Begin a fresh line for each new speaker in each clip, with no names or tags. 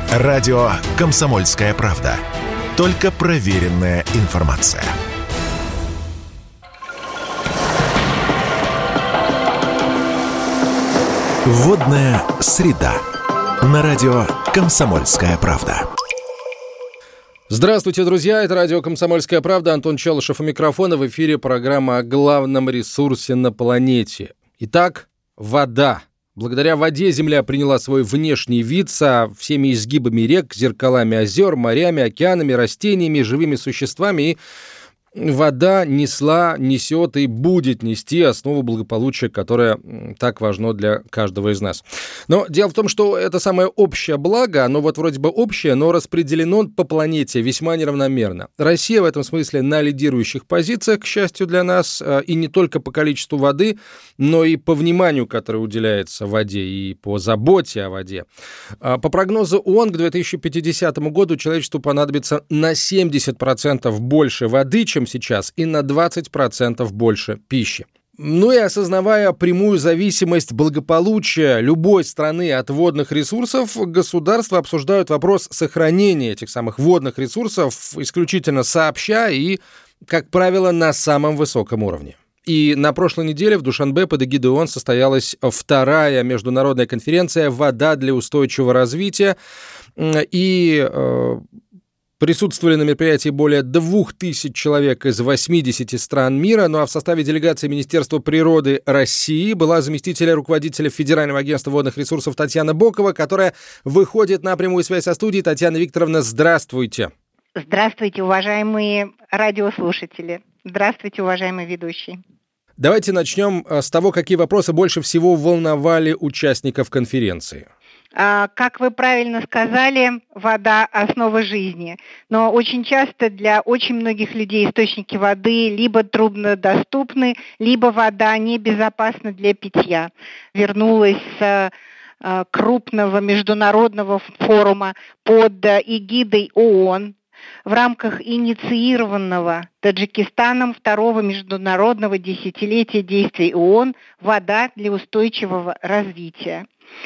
Радио «Комсомольская правда». Только проверенная информация. Водная среда. На радио «Комсомольская правда».
Здравствуйте, друзья. Это радио «Комсомольская правда». Антон Челышев у микрофона. В эфире программа о главном ресурсе на планете. Итак, вода. Благодаря воде Земля приняла свой внешний вид со всеми изгибами рек, зеркалами озер, морями, океанами, растениями, живыми существами. И вода несла, несет и будет нести основу благополучия, которое так важно для каждого из нас. Но дело в том, что это самое общее благо, оно вот вроде бы общее, но распределено по планете весьма неравномерно. Россия в этом смысле на лидирующих позициях, к счастью для нас, и не только по количеству воды, но и по вниманию, которое уделяется воде, и по заботе о воде. По прогнозу ООН к 2050 году человечеству понадобится на 70% больше воды, чем сейчас, и на 20% больше пищи. Ну и осознавая прямую зависимость благополучия любой страны от водных ресурсов, государства обсуждают вопрос сохранения этих самых водных ресурсов исключительно сообща и, как правило, на самом высоком уровне. И на прошлой неделе в Душанбе под эгидой ООН состоялась вторая международная конференция «Вода для устойчивого развития». И присутствовали на мероприятии более 2000 человек из 80 стран мира, ну а в составе делегации Министерства природы России была заместитель руководителя Федерального агентства водных ресурсов Татьяна Бокова, которая выходит на прямую связь со студией. Татьяна Викторовна, здравствуйте.
Здравствуйте, уважаемые радиослушатели. Здравствуйте, уважаемый ведущий.
Давайте начнем с того, какие вопросы больше всего волновали участников конференции.
Как вы правильно сказали, вода – основа жизни. Но очень часто для очень многих людей источники воды либо труднодоступны, либо вода небезопасна для питья. Вернулась с крупного международного форума под эгидой ООН в рамках инициированного Таджикистаном второго международного десятилетия действий ООН «Вода для устойчивого развития».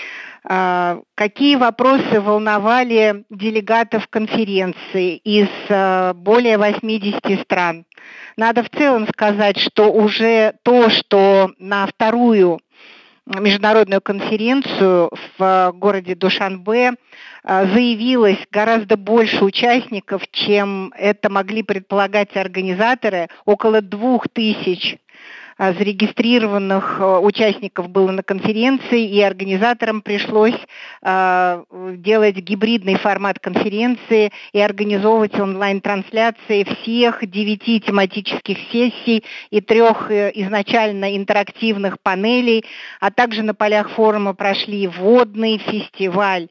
Какие вопросы волновали делегатов конференции из более 80 стран? Надо в целом сказать, что уже то, что на вторую международную конференцию в городе Душанбе заявилось гораздо больше участников, чем это могли предполагать организаторы. Около 2000 зарегистрированных участников было на конференции, и организаторам пришлось делать гибридный формат конференции и организовывать онлайн-трансляции всех 9 тематических сессий и 3 изначально интерактивных панелей, а также на полях форума прошли водный фестиваль,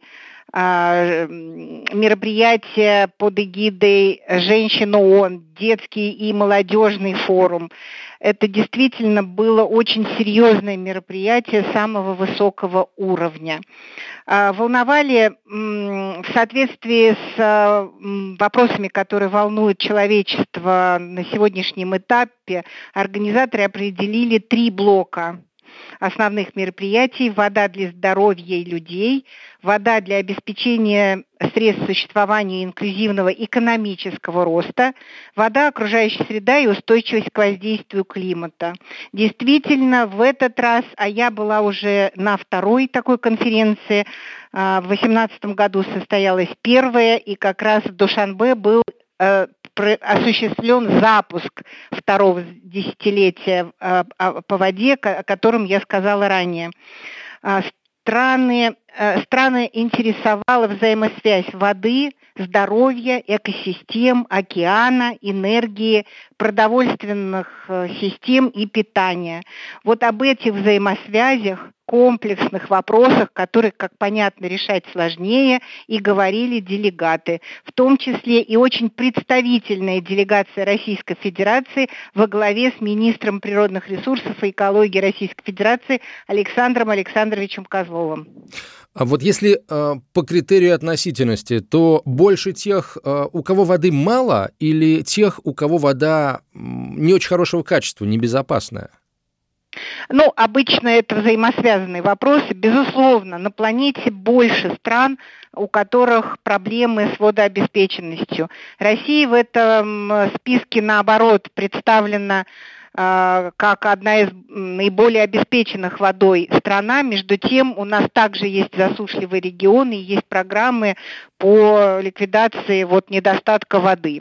мероприятия под эгидой «Женщин ООН», детский и молодежный форум. Это действительно было очень серьезное мероприятие самого высокого уровня. Волновали в соответствии с вопросами, которые волнуют человечество на сегодняшнем этапе, организаторы определили 3 блока основных мероприятий: вода для здоровья людей, вода для обеспечения средств существования и инклюзивного экономического роста, вода, окружающая среда и устойчивость к воздействию климата. Действительно, в этот раз, а я была уже на второй такой конференции, в 2018 году состоялась первая, и как раз в Душанбе был осуществлен запуск второго десятилетия по воде, о котором я сказала ранее. Страны интересовала взаимосвязь воды, здоровья, экосистем, океана, энергии, продовольственных систем и питания. Вот об этих взаимосвязях, комплексных вопросах, которые, как понятно, решать сложнее, и говорили делегаты, в том числе и очень представительная делегация Российской Федерации во главе с министром природных ресурсов и экологии Российской Федерации Александром Александровичем Козловым.
А вот если по критерию относительности, то больше тех, у кого воды мало, или тех, у кого вода не очень хорошего качества, небезопасная?
Обычно это взаимосвязанные вопросы. Безусловно, на планете больше стран, у которых проблемы с водообеспеченностью. Россия в этом списке, наоборот, представлена как одна из наиболее обеспеченных водой страна. Между тем, у нас также есть засушливые регионы, есть программы по ликвидации недостатка воды.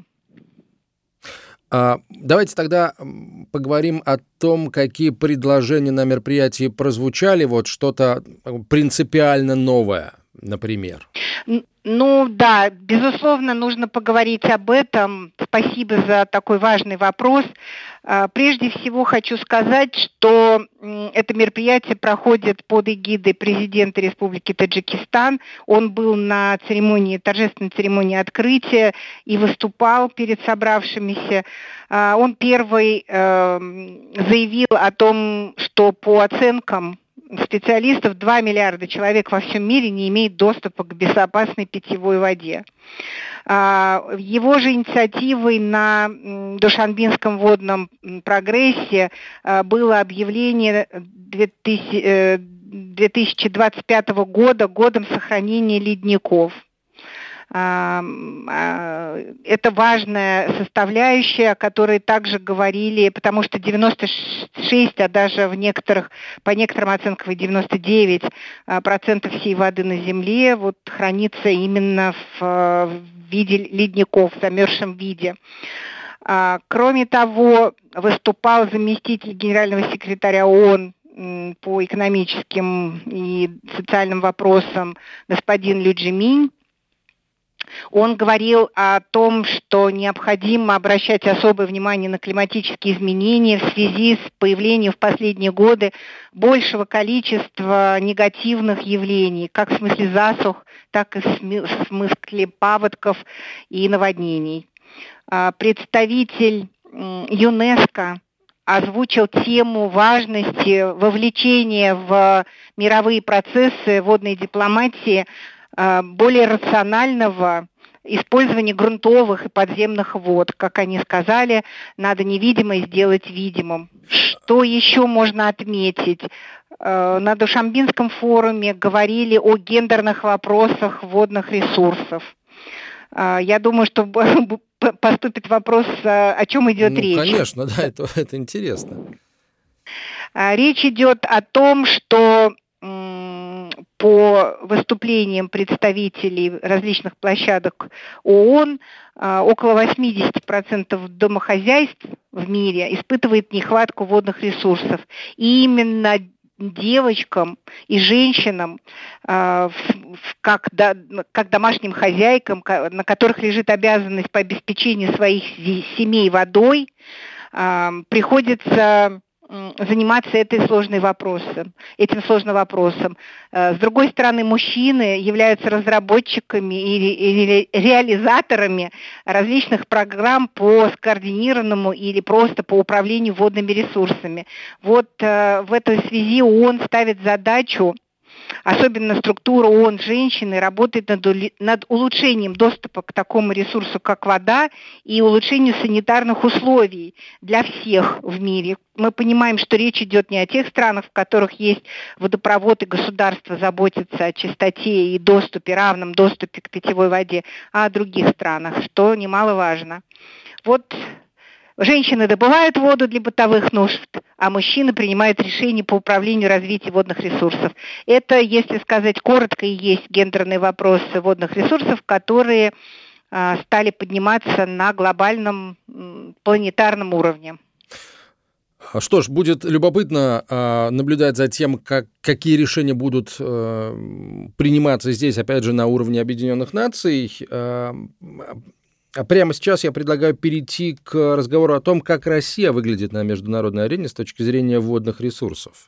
Давайте тогда поговорим о том, какие предложения на мероприятии прозвучали, что-то принципиально новое, например.
Да, безусловно, нужно поговорить об этом. Спасибо за такой важный вопрос. Прежде всего хочу сказать, что это мероприятие проходит под эгидой президента Республики Таджикистан. Он был на торжественной церемонии открытия и выступал перед собравшимися. Он первый заявил о том, что по оценкам специалистов 2 миллиарда человек во всем мире не имеют доступа к безопасной питьевой воде. Его же инициативой на Душанбинском водном прогрессе было объявление 2025 года годом сохранения ледников. Это важная составляющая, о которой также говорили, потому что 96, а даже по некоторым оценкам и 99% всей воды на Земле хранится именно в виде ледников, в замерзшем виде. Кроме того, выступал заместитель генерального секретаря ООН по экономическим и социальным вопросам господин Лю Чжиминь. Он говорил о том, что необходимо обращать особое внимание на климатические изменения в связи с появлением в последние годы большего количества негативных явлений, как в смысле засух, так и в смысле паводков и наводнений. Представитель ЮНЕСКО озвучил тему важности вовлечения в мировые процессы водной дипломатии более рационального использования грунтовых и подземных вод. Как они сказали, надо невидимое сделать видимым. Что еще можно отметить? На Душанбинском форуме говорили о гендерных вопросах водных ресурсов. Я думаю, что поступит вопрос, о чем идет речь.
Конечно, да, это интересно.
Речь идет о том, что по выступлениям представителей различных площадок ООН около 80% домохозяйств в мире испытывает нехватку водных ресурсов. И именно девочкам и женщинам, как домашним хозяйкам, на которых лежит обязанность по обеспечению своих семей водой, приходится заниматься этим сложным вопросом. С другой стороны, мужчины являются разработчиками и реализаторами различных программ по скоординированному или просто по управлению водными ресурсами. В этой связи ООН ставит задачу, особенно структура ООН «Женщины» работает над улучшением доступа к такому ресурсу, как вода, и улучшению санитарных условий для всех в мире. Мы понимаем, что речь идет не о тех странах, в которых есть водопровод и государство заботится о чистоте и равном доступе к питьевой воде, а о других странах, что немаловажно. Женщины добывают воду для бытовых нужд, а мужчины принимают решения по управлению развитием водных ресурсов. Это, если сказать коротко, и есть гендерные вопросы водных ресурсов, которые стали подниматься на глобальном планетарном уровне.
Что ж, будет любопытно наблюдать за тем, какие решения будут приниматься здесь, опять же, на уровне Объединенных Наций. А прямо сейчас я предлагаю перейти к разговору о том, как Россия выглядит на международной арене с точки зрения водных ресурсов.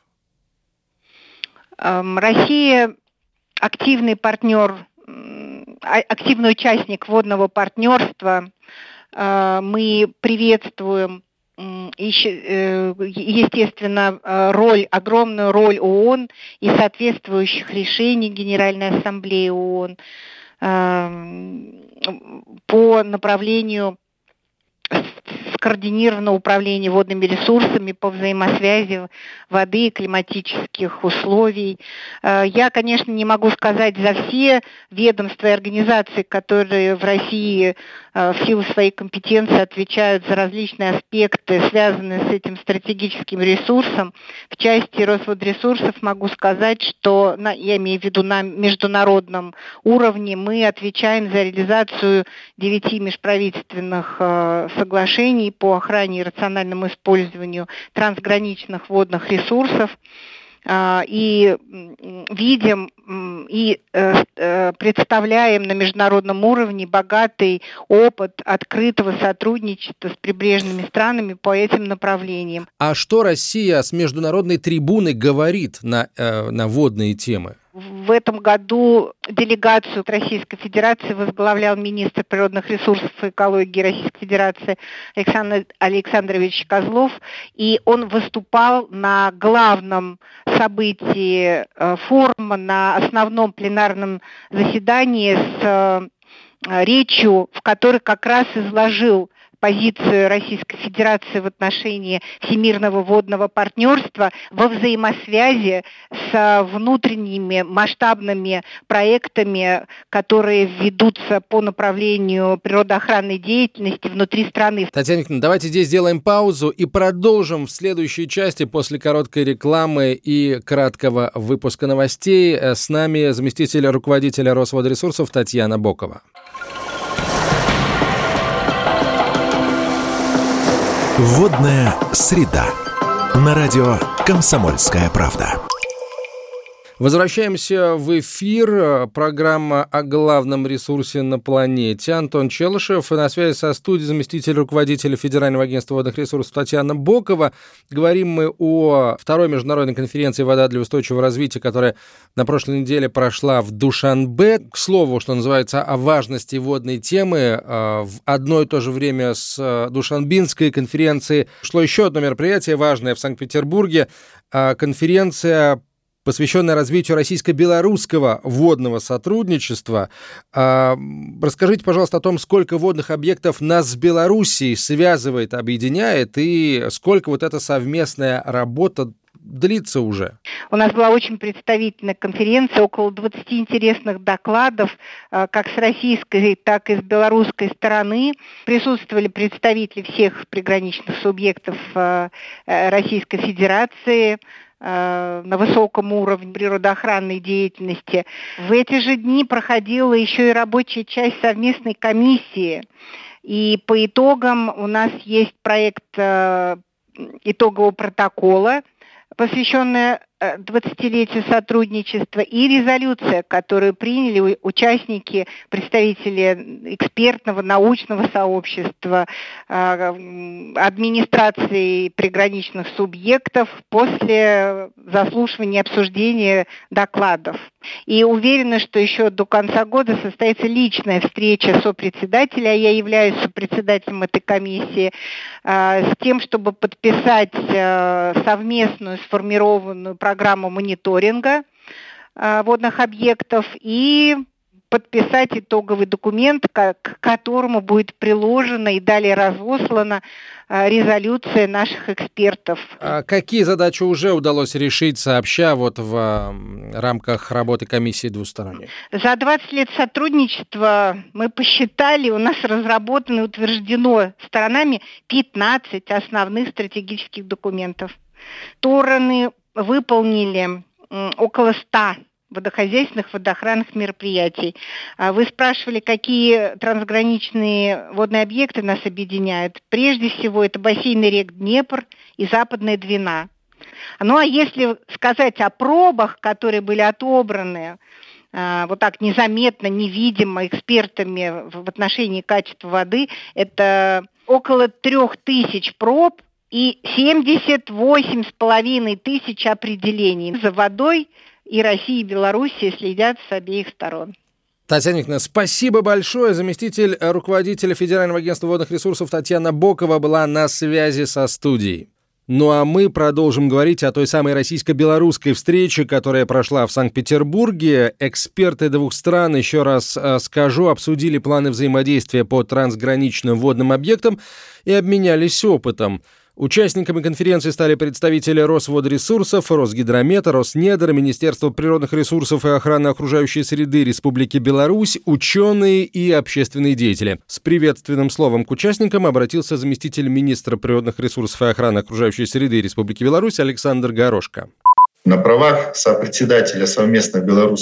Россия активный участник водного партнерства. Мы приветствуем, естественно, огромную роль ООН и соответствующих решений Генеральной Ассамблеи ООН по направлению скоординированного управления водными ресурсами по взаимосвязи воды и климатических условий. Я, конечно, не могу сказать за все ведомства и организации, которые в России в силу своей компетенции отвечают за различные аспекты, связанные с этим стратегическим ресурсом. В части Росводресурсов могу сказать, что, я имею в виду на международном уровне, мы отвечаем за реализацию 9 межправительственных соглашений по охране и рациональному использованию трансграничных водных ресурсов. И видим и представляем на международном уровне богатый опыт открытого сотрудничества с прибрежными странами по этим направлениям.
А что Россия с международной трибуны говорит на водные темы?
В этом году делегацию Российской Федерации возглавлял министр природных ресурсов и экологии Российской Федерации Александр Александрович Козлов, и он выступал на главном событии форума, на основном пленарном заседании с речью, в которой как раз изложил позицию Российской Федерации в отношении Всемирного водного партнерства во взаимосвязи с внутренними масштабными проектами, которые ведутся по направлению природоохранной деятельности внутри страны.
Татьяна Николаевна, давайте здесь сделаем паузу и продолжим в следующей части после короткой рекламы и краткого выпуска новостей. С нами заместитель руководителя Росводресурсов Татьяна Бокова.
Водная среда. На радио «Комсомольская правда».
Возвращаемся в эфир. Программа о главном ресурсе на планете. Антон Челышев. И на связи со студией заместитель руководителя Федерального агентства водных ресурсов Татьяна Бокова. Говорим мы о второй международной конференции «Вода для устойчивого развития», которая на прошлой неделе прошла в Душанбе. К слову, что называется, о важности водной темы. В одно и то же время с Душанбинской конференцией шло еще одно мероприятие важное в Санкт-Петербурге. Конференция, посвященная развитию российско-белорусского водного сотрудничества. Расскажите, пожалуйста, о том, сколько водных объектов нас с Белоруссией связывает, объединяет, и сколько вот эта совместная работа длится уже?
У нас была очень представительная конференция, около 20 интересных докладов, как с российской, так и с белорусской стороны. Присутствовали представители всех приграничных субъектов Российской Федерации на высоком уровне природоохранной деятельности. В эти же дни проходила еще и рабочая часть совместной комиссии. И по итогам у нас есть проект итогового протокола, посвященная 20-летию сотрудничества, и резолюция, которую приняли участники, представители экспертного, научного сообщества, администрации приграничных субъектов после заслушивания и обсуждения докладов. И уверена, что еще до конца года состоится личная встреча сопредседателя, а я являюсь сопредседателем этой комиссии, с тем, чтобы подписать совместную сформированную программу мониторинга водных объектов и подписать итоговый документ, к которому будет приложена и далее разослана резолюция наших экспертов.
А какие задачи уже удалось решить сообща в рамках работы комиссии двусторонней?
За 20 лет сотрудничества мы посчитали, у нас разработано и утверждено сторонами 15 основных стратегических документов. Стороны выполнили около 100 водохозяйственных, водоохранных мероприятий. Вы спрашивали, какие трансграничные водные объекты нас объединяют. Прежде всего, это бассейны рек Днепр и Западная Двина. Ну, а если сказать о пробах, которые были отобраны вот так незаметно, невидимо экспертами в отношении качества воды, это около 3000 проб и 78,5 тысяч определений. За водой и Россия, и Белоруссия следят с обеих сторон.
Татьяна Николаевна, спасибо большое. Заместитель руководителя Федерального агентства водных ресурсов Татьяна Бокова была на связи со студией. Ну а мы продолжим говорить о той самой российско-белорусской встрече, которая прошла в Санкт-Петербурге. Эксперты двух стран, еще раз скажу, обсудили планы взаимодействия по трансграничным водным объектам и обменялись опытом. Участниками конференции стали представители Росводресурсов, Росгидромета, Роснедр, Министерства природных ресурсов и охраны окружающей среды Республики Беларусь, ученые и общественные деятели. С приветственным словом к участникам обратился заместитель министра природных ресурсов и охраны окружающей среды Республики Беларусь Александр Горошко.
На правах сопредседателя совместно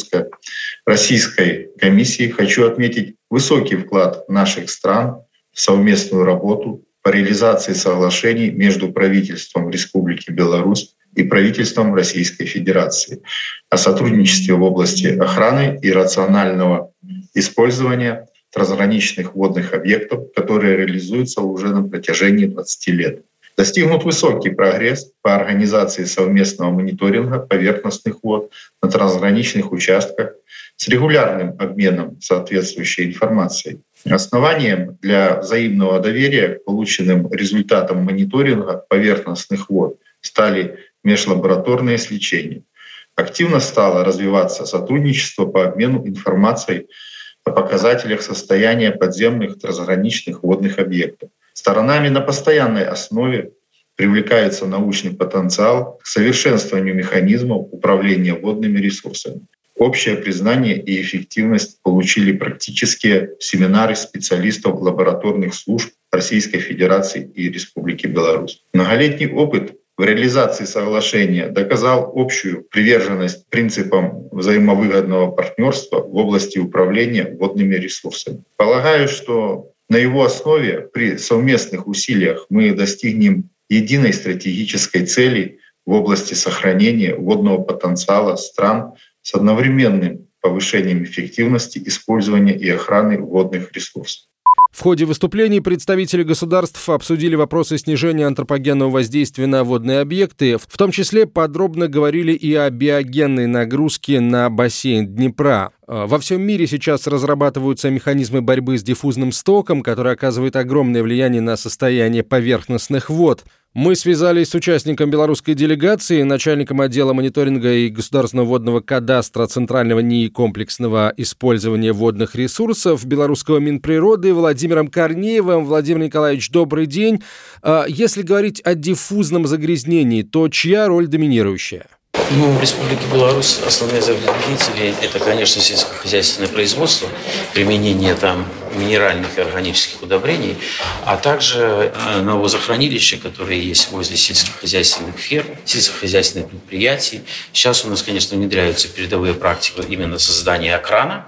белорусско-российской комиссии хочу отметить высокий вклад наших стран в совместную работу по реализации соглашений между правительством Республики Беларусь и правительством Российской Федерации о сотрудничестве в области охраны и рационального использования трансграничных водных объектов, которые реализуются уже на протяжении 20 лет. Достигнут высокий прогресс по организации совместного мониторинга поверхностных вод на трансграничных участках с регулярным обменом соответствующей информацией. Основанием для взаимного доверия к полученным результатам мониторинга поверхностных вод стали межлабораторные сличения. Активно стало развиваться сотрудничество по обмену информацией о показателях состояния подземных трансграничных водных объектов. Сторонами на постоянной основе привлекается научный потенциал к совершенствованию механизмов управления водными ресурсами. Общее признание и эффективность получили практические семинары специалистов лабораторных служб Российской Федерации и Республики Беларусь. Многолетний опыт в реализации соглашения доказал общую приверженность принципам взаимовыгодного партнерства в области управления водными ресурсами. Полагаю, что на его основе при совместных усилиях мы достигнем единой стратегической цели в области сохранения водного потенциала стран с одновременным повышением эффективности использования и охраны водных ресурсов.
В ходе выступлений представители государств обсудили вопросы снижения антропогенного воздействия на водные объекты. В том числе подробно говорили и о биогенной нагрузке на бассейн Днепра. Во всем мире сейчас разрабатываются механизмы борьбы с диффузным стоком, который оказывает огромное влияние на состояние поверхностных вод. Мы связались с участником белорусской делегации, начальником отдела мониторинга и государственного водного кадастра Центрального НИИ комплексного использования водных ресурсов белорусского Минприроды Владимиром Корнеевым. Владимир Николаевич, добрый день. Если говорить о диффузном загрязнении, то чья роль доминирующая?
В Республике Беларусь основные загрязнители – это, конечно, сельскохозяйственное производство, применение там минеральных и органических удобрений, а также навозохранилища, которые есть возле сельскохозяйственных ферм, сельскохозяйственных предприятий. Сейчас у нас, конечно, внедряются передовые практики именно создания окрана,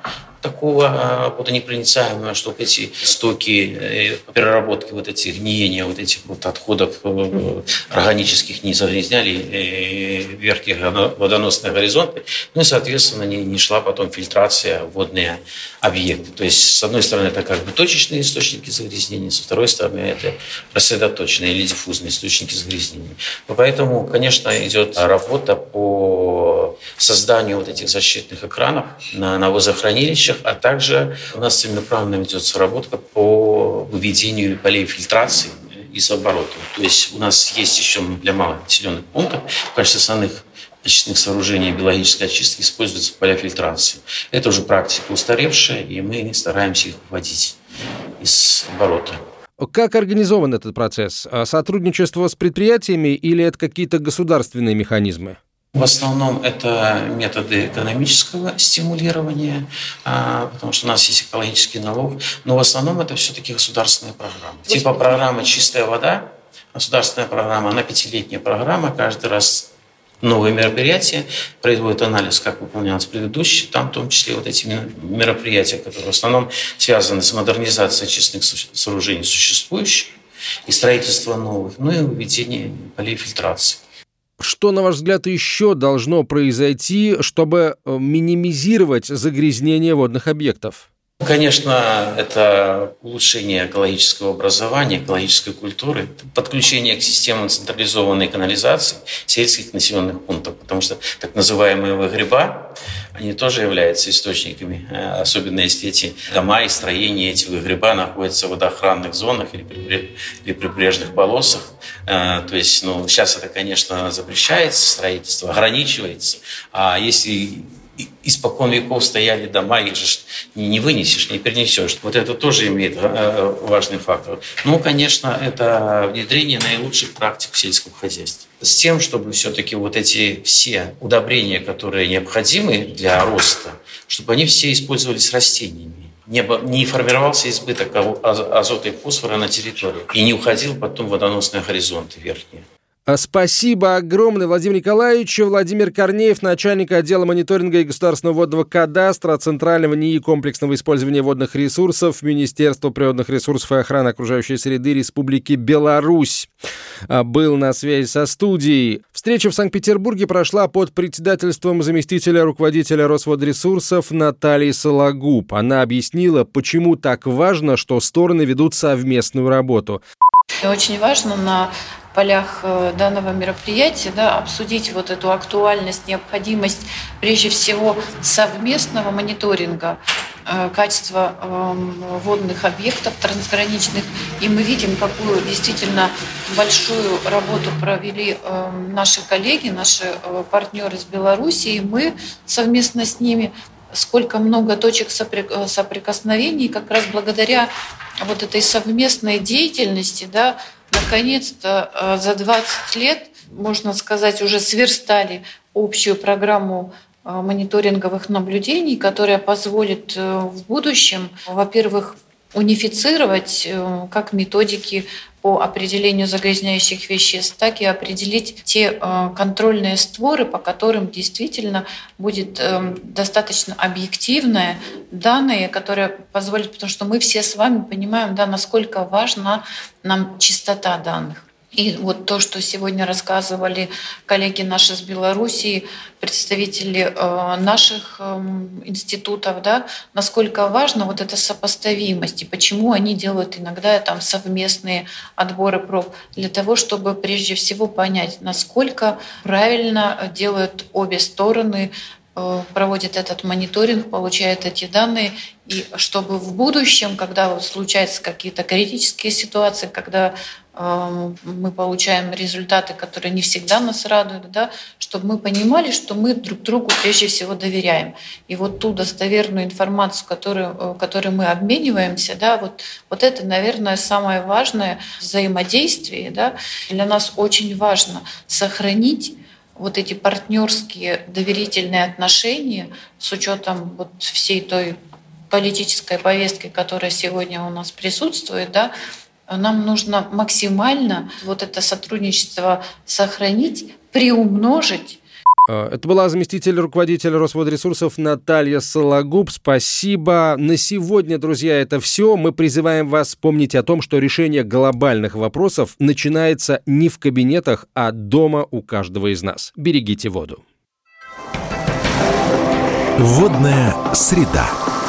такого водонепроницаемого, чтобы эти стоки переработки, гниения этих отходов органических не загрязняли верхние водоносные горизонты, и, соответственно, не шла потом фильтрация в водные объекты. То есть, с одной стороны, это точечные источники загрязнения, с второй стороны, это рассредоточенные или диффузные источники загрязнения. Поэтому, конечно, идет работа по созданию этих защитных экранов на навозохранилищах, а также у нас целенаправленно ведется работа по выведению полей фильтрации из оборота. То есть у нас есть еще для малых населенных пунктов в качестве основных очистных сооружений биологической очистки используются поля фильтрации. Это уже практика устаревшая, и мы стараемся их вводить из оборота.
Как организован этот процесс? Сотрудничество с предприятиями или это какие-то государственные механизмы?
В основном это методы экономического стимулирования, потому что у нас есть экологический налог, но в основном это все-таки государственные программы. Типа программы «Чистая вода», государственная программа, она 5-летняя программа, каждый раз новые мероприятия, производит анализ, как выполнялось предыдущие, там в том числе эти мероприятия, которые в основном связаны с модернизацией очистных сооружений существующих и строительством новых, и введение полей фильтрации.
Что, на ваш взгляд, еще должно произойти, чтобы минимизировать загрязнение водных объектов?
Конечно, это улучшение экологического образования, экологической культуры, подключение к системам централизованной канализации сельских населенных пунктов, потому что так называемые выгреба, они тоже являются источниками, особенно если эти дома и строения, эти выгреба находятся в водоохранных зонах или прибрежных полосах. То есть, сейчас это, конечно, запрещается, строительство ограничивается, а если испокон веков стояли дома, их же не вынесешь, не перенесешь. Вот это тоже имеет важный фактор. Конечно, это внедрение наилучших практик в сельском хозяйстве. С тем, чтобы все-таки вот эти все удобрения, которые необходимы для роста, чтобы они все использовались растениями. Не формировался избыток азота и фосфора на территории и не уходил потом в водоносные горизонты верхние.
Спасибо огромное, Владимир Николаевич. Владимир Корнеев, начальник отдела мониторинга и государственного водного кадастра Центрального НИИ комплексного использования водных ресурсов Министерства природных ресурсов и охраны окружающей среды Республики Беларусь, был на связи со студией. Встреча в Санкт-Петербурге прошла под председательством заместителя руководителя Росводресурсов Натальи Сологуб. Она объяснила, почему так важно, что стороны ведут совместную работу.
Очень важно на полях данного мероприятия обсудить вот эту актуальность, необходимость прежде всего совместного мониторинга качества водных объектов трансграничных. И мы видим, какую действительно большую работу провели наши коллеги, наши партнеры из Беларуси, и мы совместно с ними. Сколько много точек соприкосновений, как раз благодаря вот этой совместной деятельности, наконец-то за 20 лет, можно сказать, уже сверстали общую программу мониторинговых наблюдений, которая позволит в будущем, во-первых, унифицировать как методики по определению загрязняющих веществ, так и определить те контрольные створы, по которым действительно будет достаточно объективные данные, которые позволят, потому что мы все с вами понимаем, насколько важна нам чистота данных. И вот то, что сегодня рассказывали коллеги наши из Белоруссии, представители наших институтов, насколько важна вот эта сопоставимость и почему они делают иногда совместные отборы проб, для того, чтобы прежде всего понять, насколько правильно делают обе стороны, проводит этот мониторинг, получает эти данные, и чтобы в будущем, когда случаются какие-то критические ситуации, когда мы получаем результаты, которые не всегда нас радуют, чтобы мы понимали, что мы друг другу прежде всего доверяем. И вот ту достоверную информацию, которой мы обмениваемся, вот это, наверное, самое важное взаимодействие. Для нас очень важно сохранить вот эти партнерские доверительные отношения с учетом вот всей той политической повестки, которая сегодня у нас присутствует, нам нужно максимально вот это сотрудничество сохранить, приумножить.
Это была заместитель руководителя Росводресурсов Наталья Сологуб. Спасибо. На сегодня, друзья, это все. Мы призываем вас помнить о том, что решение глобальных вопросов начинается не в кабинетах, а дома у каждого из нас. Берегите воду.
Водная среда.